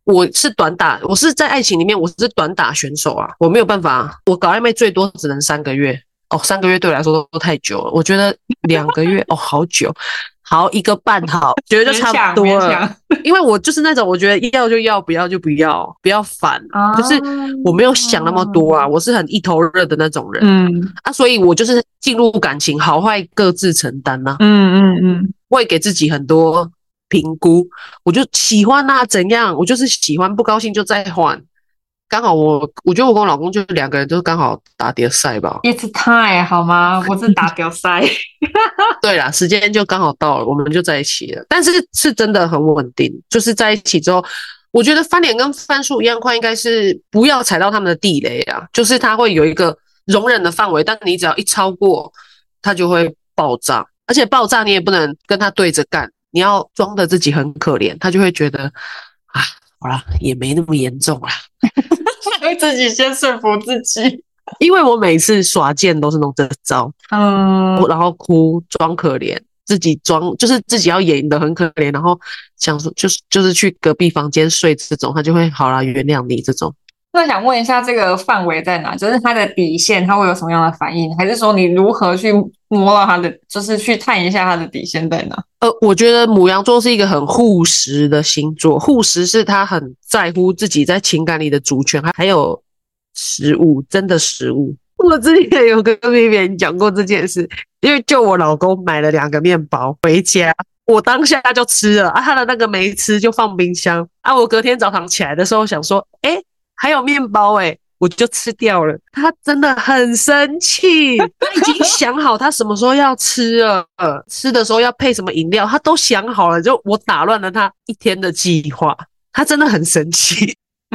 我是短打，我是在爱情里面我是短打选手啊，我没有办法，我搞暧昧最多只能3个月。3个月对我来说都太久了，我觉得2个月好久，好1个半好，觉得就差不多了。因为我就是那种我觉得要就要，不要就不要，不要烦，就是我没有想那么多啊，我是很一头热的那种人，所以我就是进入感情，好坏各自承担啊，会给自己很多评估，我就喜欢啊，怎样，我就是喜欢，不高兴就再换。刚好我觉得我跟我老公就2个人都刚好打碟赛吧。 It's time 好吗？不是打碟赛。 对啦，时间就刚好到了，我们就在一起了。但是是真的很稳定，就是在一起之后，我觉得翻脸跟翻书一样快，应该是不要踩到他们的地雷啊，就是他会有一个容忍的范围，但你只要一超过，他就会爆炸。而且爆炸你也不能跟他对着干，你要装的自己很可怜，他就会觉得啊，好啦，也没那么严重啦。 会自己先说服自己， 因为我每次耍贱都是弄这招，然后哭装可怜，自己装就是自己要演得很可怜，然后想说就是去隔壁房间睡这种，他就会好啦，原谅你这种。 那想问一下，这个范围在哪？就是他的底线，他会有什么样的反应？还是说你如何去摸到他的，就是去探一下他的底线在哪？ 我觉得牡羊座是一个很护食的星座，护食是他很在乎自己在情感里的主权，还有食物，真的食物。我之前有跟别人讲过这件事，因为就我老公买了2个面包回家，我当下就吃了他的那个没吃就放冰箱我隔天早上起来的时候想说，还有面包我就吃掉了。他真的很生气，他已经想好他什么时候要吃了，吃的时候要配什么饮料，他都想好了，就我打乱了他一天的计划，他真的很生气。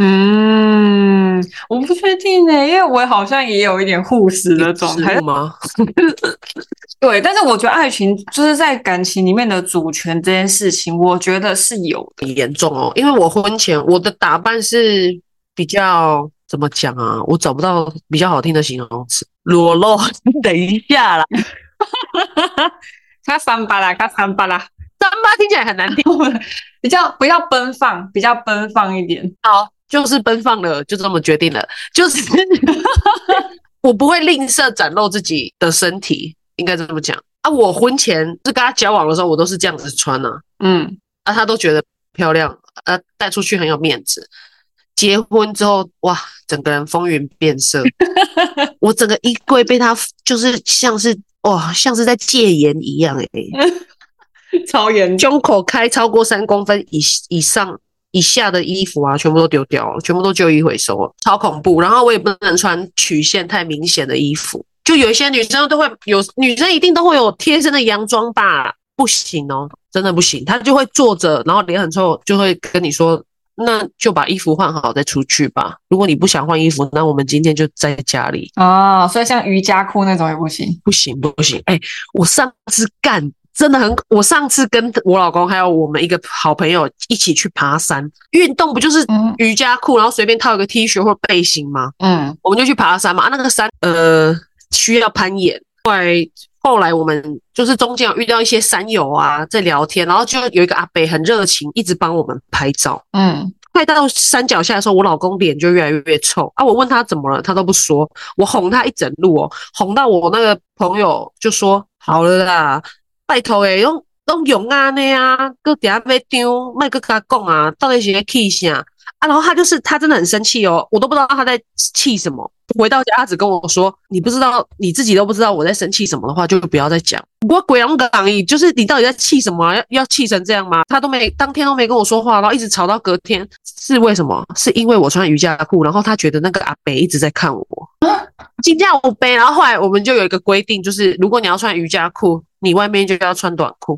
我不确定因为我好像也有一点护食的状态吗？ 对，但是我觉得爱情就是在感情里面的主权这件事情，我觉得是有的。 很严重因为我婚前我的打扮是比较怎么讲啊？我找不到比较好听的形容词，裸露。等一下啦， 他三八啦， 三八听起来很难听， 比较奔放，比较奔放一点。 好，就是奔放了，就这么决定了，就是我不会吝啬展露自己的身体，应该这么讲我婚前是跟他交往的时候，我都是这样子穿他都觉得漂亮，带出去很有面子。结婚之后，哇，整个人风云变色，我整个衣柜被他就是像是在戒严一样超严， 胸口开超过3公分以上以下的衣服全部都丢掉了，全部都旧衣回收了，超恐怖。然后我也不能穿曲线太明显的衣服，就有一些女生都会有，女生一定都会有贴身的洋装吧，不行真的不行。她就会坐着，然后脸很臭，就会跟你说，那就把衣服换好再出去吧。如果你不想换衣服，那我们今天就在家里所以像瑜伽裤那种也不行， 不行。我上次真的我上次跟我老公还有我们一个好朋友一起去爬山，运动不就是瑜伽裤，然后随便套一个 T 恤或背心吗？我们就去爬山嘛，那个山需要攀岩。后来我们就是中间有遇到一些山友在聊天，然后就有一个阿伯很热情，一直帮我们拍照。快到山脚下的时候，我老公脸就越来越臭我问他怎么了，他都不说。我哄他一整路哄到我那个朋友就说好了啦，拜托拢用那样搁等下要丢，别搁跟他讲到底是在气啥然后他真的很生气我都不知道他在气什么。回到家他只跟我说，你自己都不知道我在生气什么的话，就不要再讲。我鬼龙港意，就是你到底在气什么要气成这样吗？他当天都没跟我说话，然后一直吵到隔天。是为什么？是因为我穿瑜伽裤，然后他觉得那个阿伯一直在看我。金价5杯，然后后来我们就有一个规定，就是如果你要穿瑜伽裤，你外面就要穿短裤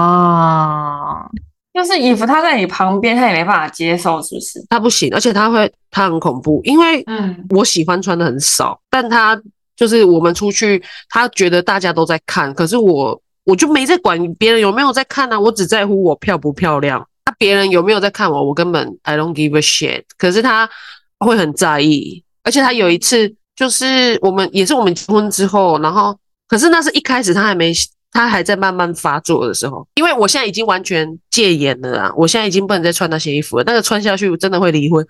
就是衣服他在你旁边，他也没办法接受，是不是？ 他不行，而且他很恐怖，因为我喜欢穿的很少，但他就是我们出去，他觉得大家都在看，可是我就没在管别人有没有在看我只在乎我漂不漂亮。别人有没有在看我根本 I don't give a shit， 可是他会很在意。而且他有一次就是我们结婚之后，然后可是那是一开始他还没他还在慢慢发作的时候，因为我现在已经完全戒严了啊，我现在已经不能再穿那些衣服了，那个穿下去我真的会离婚。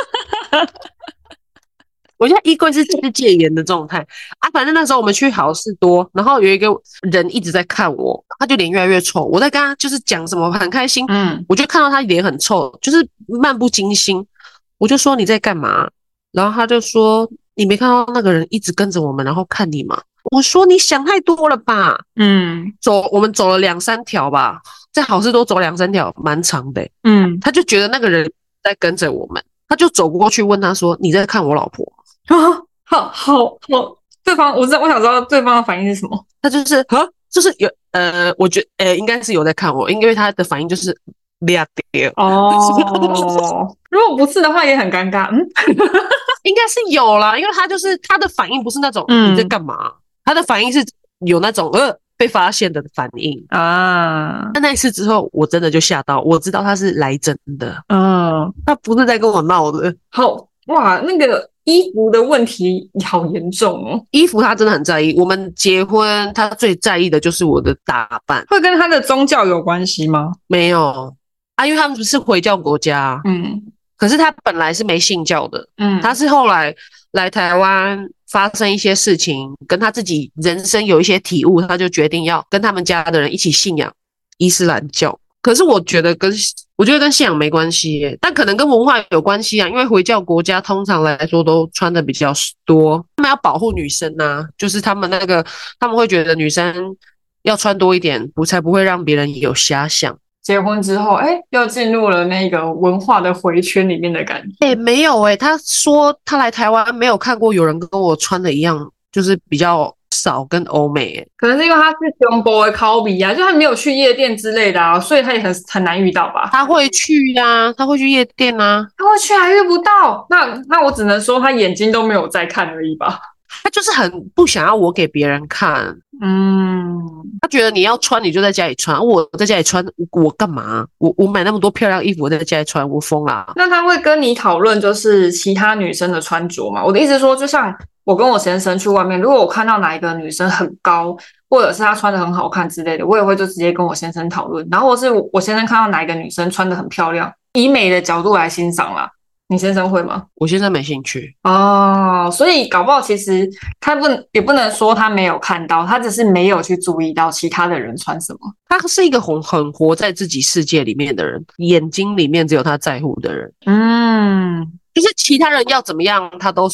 我现在衣柜是戒严的状态啊，反正那时候我们去好事多，然后有一个人一直在看我，他就脸越来越臭，我在跟他就是讲什么很开心，我就看到他脸很臭，就是漫不经心，我就说你在干嘛？然后他就说你没看到那个人一直跟着我们，然后看你吗？我说你想太多了吧。我们走了2-3条吧，在好事多走2-3条，蛮长的。他就觉得那个人在跟着我们，他就走过去问他说：“你在看我老婆吗？” 好，对方我想知道对方的反应是什么。 他就是有我觉得应该是有在看我，因为他的反应就是俩掉哦。如果不是的话，也很尴尬。 应该是有啦，因为他的反应不是那种你在干嘛，他的反应是有那种被发现的反应啊。那一次之后，我真的就吓到，我知道他是来真的，他不是在跟我闹的。 好哇，那个衣服的问题好严重哦。 衣服他真的很在意，我们结婚他最在意的就是我的打扮。 会跟他的宗教有关系吗？ 没有啊，因为他们不是回教国家，可是他本来是没信教的，他是后来来台湾发生一些事情，跟他自己人生有一些体悟，他就决定要跟他们家的人一起信仰伊斯兰教。可是我觉得跟信仰没关系耶，但可能跟文化有关系啊，因为回教国家通常来说都穿的比较多，他们要保护女生啊，就是他们会觉得女生要穿多一点，才不会让别人有遐想。 结婚之后，又进入了那个文化的回圈里面的感觉。 没有他说他来台湾没有看过有人跟我穿的一样，就是比较少跟欧美。 可能是因为他是中国的考比啊，就他没有去夜店之类的啊，所以他也很难遇到吧。 他会去啊，他会去夜店啊， 他会去还遇不到，那我只能说他眼睛都没有在看而已吧。 他就是很不想要我给别人看，他觉得你要穿你就在家里穿，我在家里穿我干嘛？我买那么多漂亮衣服我在家里穿，我疯啦。 那他会跟你讨论就是其他女生的穿着吗？我的意思说，就像我跟我先生去外面，如果我看到哪一个女生很高，或者是她穿的很好看之类的，我也会就直接跟我先生讨论。然后或是我先生看到哪一个女生穿的很漂亮，以美的角度来欣赏啦。你先生会吗？ 我先生没兴趣哦，所以搞不好其实他也不能说他没有看到，他只是没有去注意到其他的人穿什么。 他是一个很活在自己世界里面的人，眼睛里面只有他在乎的人。就是其他人要怎么样，他都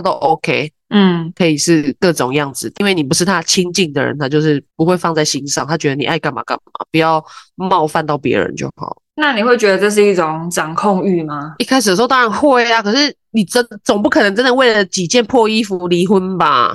OK。可以是各种样子，因为你不是他亲近的人，他就是不会放在心上，他觉得你爱干嘛干嘛，不要冒犯到别人就好。 那你会觉得这是一种掌控欲吗？ 一开始的时候当然会啊，可是你总不可能真的为了几件破衣服离婚吧？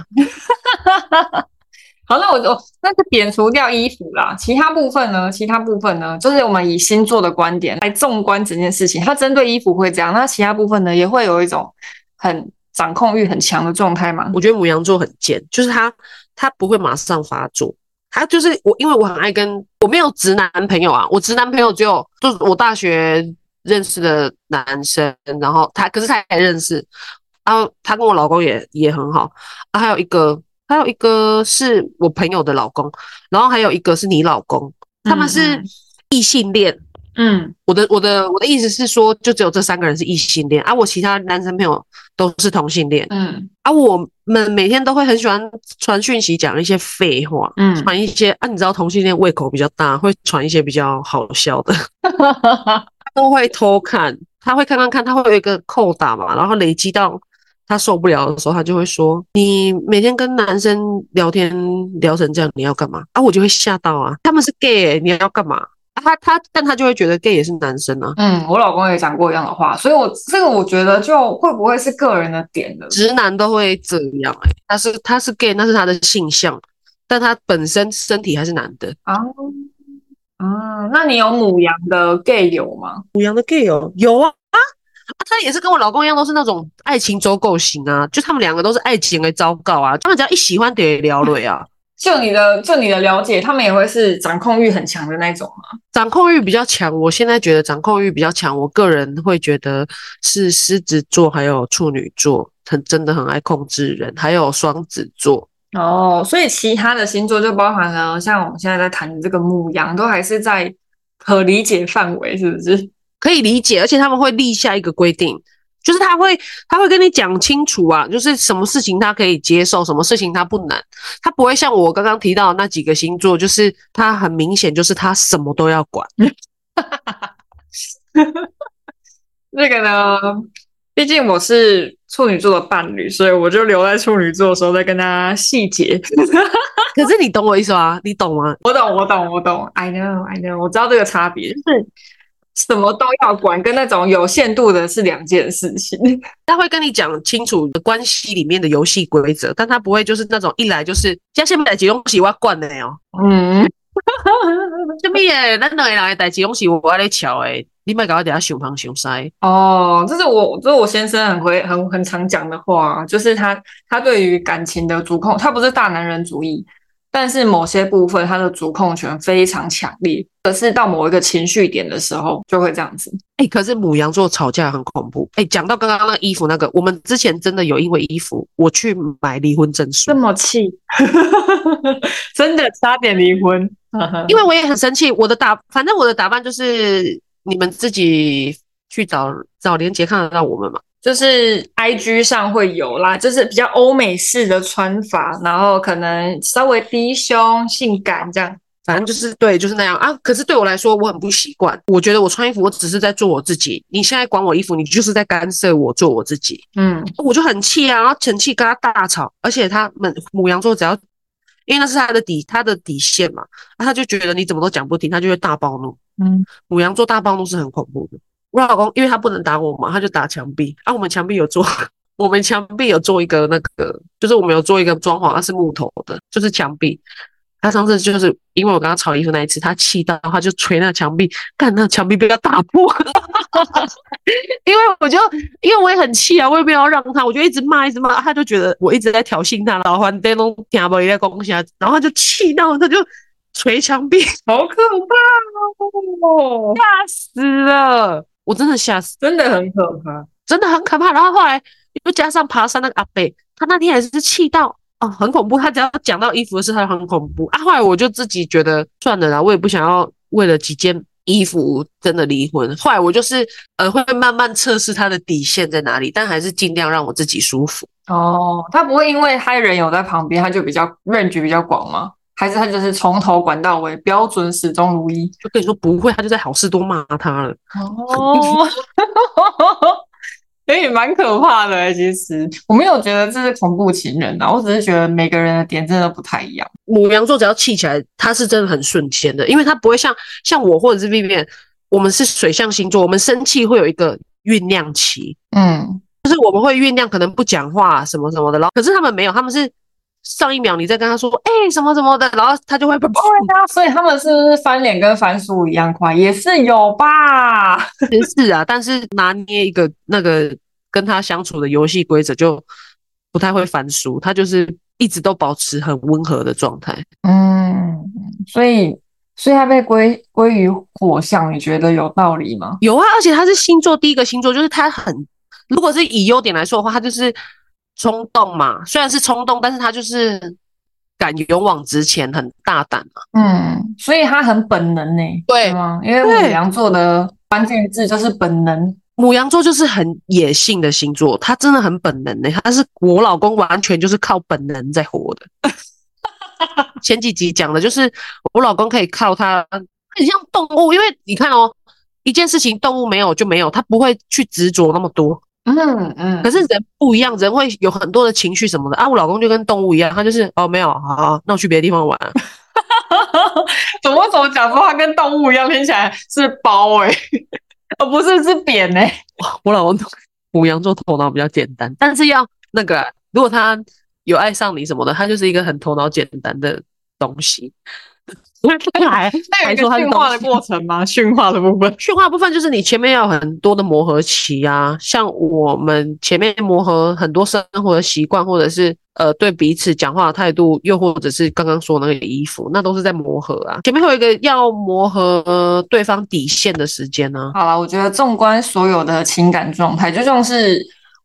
好，那是撇除掉衣服啦，其他部分呢？就是我们以星座的观点来纵观整件事情，它针对衣服会这样，那其他部分呢也会有一种很掌控欲很强的状态吗？ 我觉得牡羊座很贱，就是他不会马上发作，他就是因为我很爱我没有直男朋友啊，我直男朋友就是我大学认识的男生，然后可是他也认识，然后他跟我老公也很好啊，还有一个是我朋友的老公，然后还有一个是你老公，他们是异性恋。我的意思是说，就只有这3个人是异性恋啊，我其他男生朋友都是同性恋。我们每天都会很喜欢传讯息讲一些废话，传一些你知道同性恋胃口比较大，会传一些比较好笑的，都会偷看，他会看，他会有一个扣打嘛，然后累积到他受不了的时候，他就会说：“你每天跟男生聊天聊成这样，你要干嘛？”啊，我就会吓到啊，他们是 gay，你要干嘛？但他就会觉得 gay 也是男生啊。 我老公也讲过一样的话，所以这个我觉得就会不会是个人的点了？ 直男都会这样他是 gay， 那是他的性向，但他本身身体还是男的啊。 那你有母羊的 gay 友吗？ 母羊的 gay 有啊，他也是跟我老公一样，都是那种爱情走狗型啊，就他们2个都是爱情的糟糕啊，他们只要一喜欢得聊了啊。 就你的了解，他们也会是掌控欲很强的那种吗？ 掌控欲比较强，我现在觉得掌控欲比较强，我个人会觉得是狮子座还有处女座，真的很爱控制人，还有双子座。 哦，所以其他的星座就包含了像我们现在在谈的这个牧羊，都还是在可理解范围，是不是？ 可以理解，而且他们会立下一个规定，就是他会跟你讲清楚啊，就是什么事情他可以接受，什么事情他不能，他不会像我刚刚提到的那几个星座，就是他很明显就是他什么都要管。 这个呢，毕竟我是处女座的伴侣，所以我就留在处女座的时候再跟大家细节。 可是你懂我意思吗？你懂吗？ 我懂。I know，我知道这个差别，就是什么都要管，跟那种有限度的是两件事情。 他会跟你讲清楚关系里面的游戏规则，但他不会就是那种一来就是加现在几东西我要管的哦。 嗯， 什么耶？咱两个人的代志拢是我在瞧诶，你莫搞我等下想东想西。 哦，这是我先生很常讲的话，就是他对于感情的主控，他不是大男人主义，但是某些部分他的主控权非常强烈，可是到某一个情绪点的时候就会这样子。 可是母羊座吵架很恐怖。讲到刚刚那个衣服那个，我们之前真的有因为衣服我去买离婚证书， 这么气，真的差点离婚。 因为我也很生气。反正我的打扮就是你们自己去找连结看得到我们嘛。 就是 IG 上会有啦，就是比较欧美式的穿法，然后可能稍微低胸、性感这样。 反正就是对，就是那样啊。可是对我来说，我很不习惯。我觉得我穿衣服，我只是在做我自己。你现在管我衣服，你就是在干涉我做我自己。我就很气啊，然后很气，跟他大吵。而且他们母羊座只要，因为那是他的底线嘛，他就觉得你怎么都讲不听，他就会大暴怒。母羊座大暴怒是很恐怖的。我老公因为他不能打我嘛，他就打墙壁啊。我们墙壁有做，我们墙壁有做一个那个，就是我们有做一个装潢，它是木头的，就是墙壁。他上次就是因为我跟他吵衣服那一次，他气到他就捶那个墙壁，看那墙壁被他打破。因为我也很气啊，我也没有要让他，我就一直骂，他就觉得我一直在挑衅他，老还电动听不在攻下，然后他就气到他就捶墙壁， 好可怕哦， 吓死了，我真的吓死， 真的很可怕， 真的很可怕。然后后来又加上爬山那个阿伯，他那天也是气到。很恐怖，他只要讲到衣服的事，他就很恐怖啊。后来我就自己觉得算了啦，我也不想要为了几件衣服真的离婚。后来我就是会慢慢测试他的底线在哪里，但还是尽量让我自己舒服。 哦。他不会因为他人有在旁边，他就比较 range 比较广吗？还是他就是从头管到尾，标准始终如一？ 就跟你说不会，他就在好事多骂他了。 哦，也蛮可怕的欸。其实我没有觉得这是恐怖情人啊，我只是觉得每个人的点真的不太一样。 母羊座只要气起来，他是真的很瞬间的，因为他不会像我或者是 Vivian， 我们是水象星座，我们生气会有一个酝酿期，就是我们会酝酿，可能不讲话什么什么的，然后可是他们没有，他们是上一秒你在跟他说什么什么的，然后他就会对啊，所以他们是不是翻脸跟翻书一样快？也是有吧？ 是啊，但是拿捏一个那个跟他相处的游戏规则就不太会翻书，他就是一直都保持很温和的状态。 所以他被归于火象，你觉得有道理吗？ 有啊，而且他是星座第一个星座，就是他很，如果是以优点来说的话，他就是冲动嘛，虽然是冲动，但是他就是敢勇往直前，很大胆嘛。 所以他很本能呢，对吗？因为母羊座的关键字就是本能。 母羊座就是很野性的星座，他真的很本能呢。他是我老公完全就是靠本能在活的。前几集讲的就是我老公可以靠他，很像动物，因为你看哦，一件事情动物没有就没有，他不会去执着那么多。可是人不一样，人会有很多的情绪什么的啊。我老公就跟动物一样，他就是没有，好，那我去别的地方玩。 怎么讲说他跟动物一样，听起来是包而不是扁我老公母羊座头脑比较简单，但是要那个，如果他有爱上你什么的，他就是一个很头脑简单的东西。 那有一个驯化的过程吗？驯化的部分， 驯化部分就是你前面要有很多的磨合期啊，像我们前面磨合很多生活的习惯，或者是对彼此讲话的态度，又或者是刚刚说那个衣服，那都是在磨合啊。前面会有一个要磨合对方底线的时间呢。 好啦，我觉得纵观所有的情感状态，就像是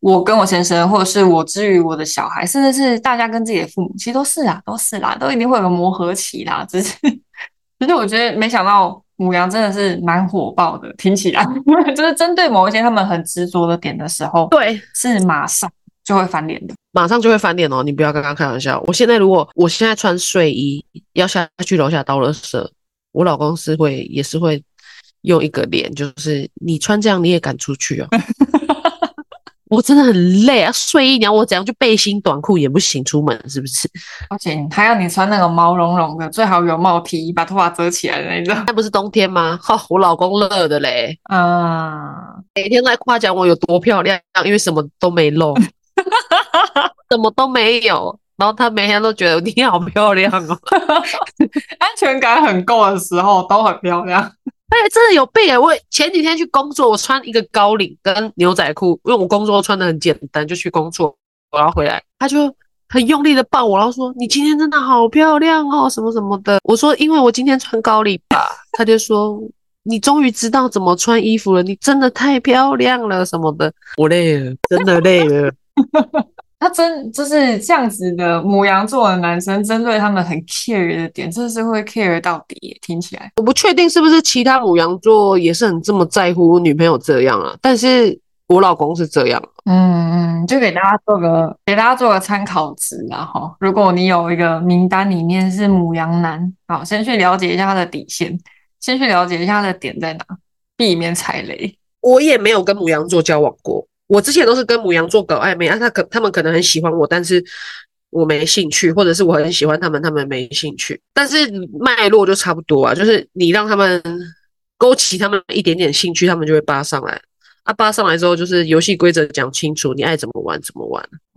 我跟我先生，或者是我之于我的小孩，甚至是大家跟自己的父母，其实都是啦，都一定会有个磨合期啦。只是我觉得没想到母羊真的是蛮火爆的，听起来就是针对某一些他们很执着的点的时候， 对， 是马上就会翻脸的。 马上就会翻脸哦，你不要刚刚开玩笑。我现在穿睡衣要下去楼下倒垃圾，我老公也是会用一个脸，就是你穿这样你也敢出去哦？我真的很累啊，睡衣你要我怎样去背心短裤也不行，出门是不是？ 而且还要你穿那种毛茸茸的，最好有帽 T，把头发遮起来的那种。 那不是冬天吗？我老公热的嘞， 啊， 每天在夸奖我有多漂亮，因为什么都没露，什么都没有，然后他每天都觉得你好漂亮哦。 安全感很够的时候都很漂亮。 哎，真的有病哎！我前几天去工作，我穿一个高领跟牛仔裤，因为我工作穿的很简单，就去工作，然后回来，他就很用力的抱我，然后说：“你今天真的好漂亮哦，什么什么的。”我说：“因为我今天穿高领吧。”他就说：“你终于知道怎么穿衣服了，你真的太漂亮了什么的。”我累了，真的累了。 他就是这样子的母羊座的男生，针对他们很 care 的点，真的是会 care 到底耶。听起来， 我不确定是不是其他母羊座也是很这么在乎女朋友这样啊，但是我老公是这样。 就给大家做个参考值啦哈。如果你有一个名单里面是母羊男，好，先去了解一下他的底线，先去了解一下他的点在哪，避免踩雷。 我也没有跟母羊座交往过，我之前都是跟母羊座搞暧昧啊，他们可能很喜欢我，但是我没兴趣，或者是我很喜欢他们，他们没兴趣，但是脉络就差不多啊，就是你让他们勾起他们一点点兴趣，他们就会扒上来。啊，扒上来之后就是游戏规则讲清楚，你爱怎么玩怎么玩，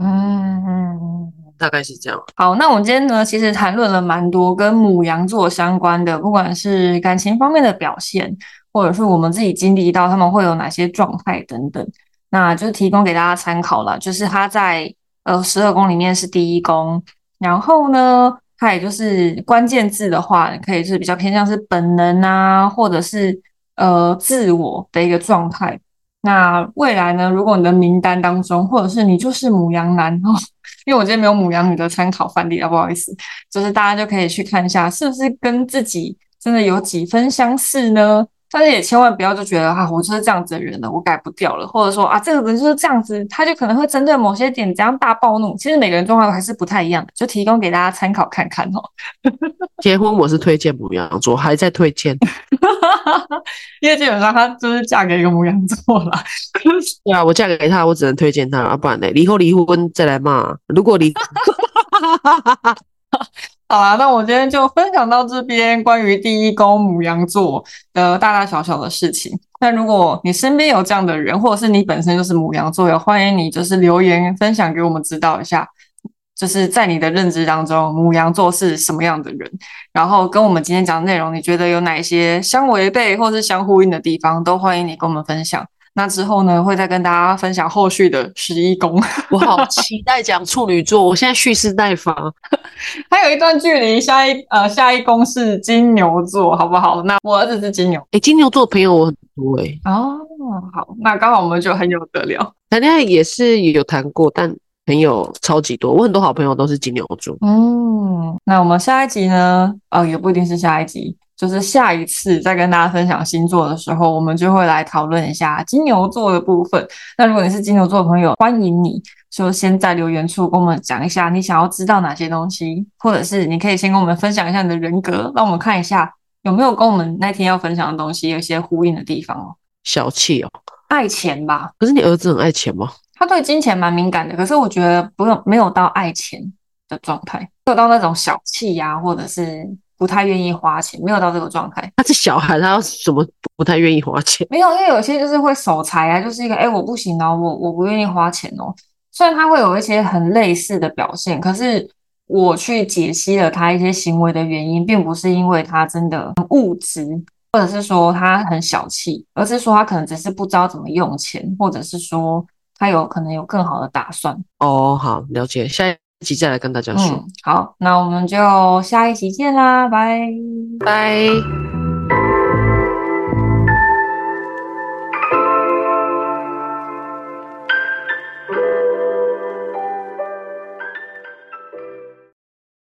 大概是这样。 好，那我们今天呢，其实谈论了蛮多跟母羊座相关的，不管是感情方面的表现，或者是我们自己经历到他们会有哪些状态等等，那就提供给大家参考了。就是他在12宫里面是第一宫，然后呢，它也就是关键字的话，可以是比较偏向是本能啊，或者是自我的一个状态。那未来呢，如果你的名单当中，或者是你就是母羊男哦，因为我今天没有母羊女的参考范例啊，不好意思，就是大家就可以去看一下，是不是跟自己真的有几分相似呢？但是也千万不要就觉得啊，我就是这样子的人了，我改不掉了，或者说啊，这个人就是这样子，他就可能会针对某些点这样大暴怒。其实每个人状况还是不太一样的，就提供给大家参考看看哦。 结婚我是推荐母羊座，还在推荐。 因为基本上她就是嫁给一个母羊座啦。 对啊，我嫁给他，我只能推荐他啊，不然呢，离婚再来骂。如果离， 好啦，那我今天就分享到这边关于第一宫母羊座的大大小小的事情。那如果你身边有这样的人，或者是你本身就是母羊座，也欢迎你就是留言分享给我们知道一下，就是在你的认知当中，母羊座是什么样的人，然后跟我们今天讲的内容，你觉得有哪一些相违背或是相呼应的地方，都欢迎你跟我们分享。那之后呢，会再跟大家分享后续的11宫。 我好期待讲处女座，我现在蓄势待发。 还有一段距离，下一宫是金牛座，好不好？那我儿子是金牛。 金牛座的朋友我很多哦，好，那刚好我们就很有得聊。 谈恋爱也是有谈过，但朋友超级多，我很多好朋友都是金牛座。 那我们下一集呢？也不一定是下一集，就是下一次再跟大家分享星座的时候，我们就会来讨论一下金牛座的部分。那如果你是金牛座的朋友，欢迎你就先在留言处跟我们讲一下你想要知道哪些东西，或者是你可以先跟我们分享一下你的人格，让我们看一下有没有跟我们那天要分享的东西有一些呼应的地方哦。 小气哦， 爱钱吧， 可是你儿子很爱钱吗？ 他对金钱蛮敏感的，可是我觉得没有到爱钱的状态，没有到那种小气呀、或者是不太愿意花钱，没有到这个状态。 他是小孩，他要怎么不太愿意花钱？ 没有，因为有些就是会守财啊，就是一个我不行哦，我不愿意花钱哦。虽然他会有一些很类似的表现，可是我去解析了他一些行为的原因，并不是因为他真的很物质，或者是说他很小气，而是说他可能只是不知道怎么用钱，或者是说他有可能有更好的打算。 哦，好，了解，下一集再来跟大家说。 好，那我们就下一集见啦，拜。 拜。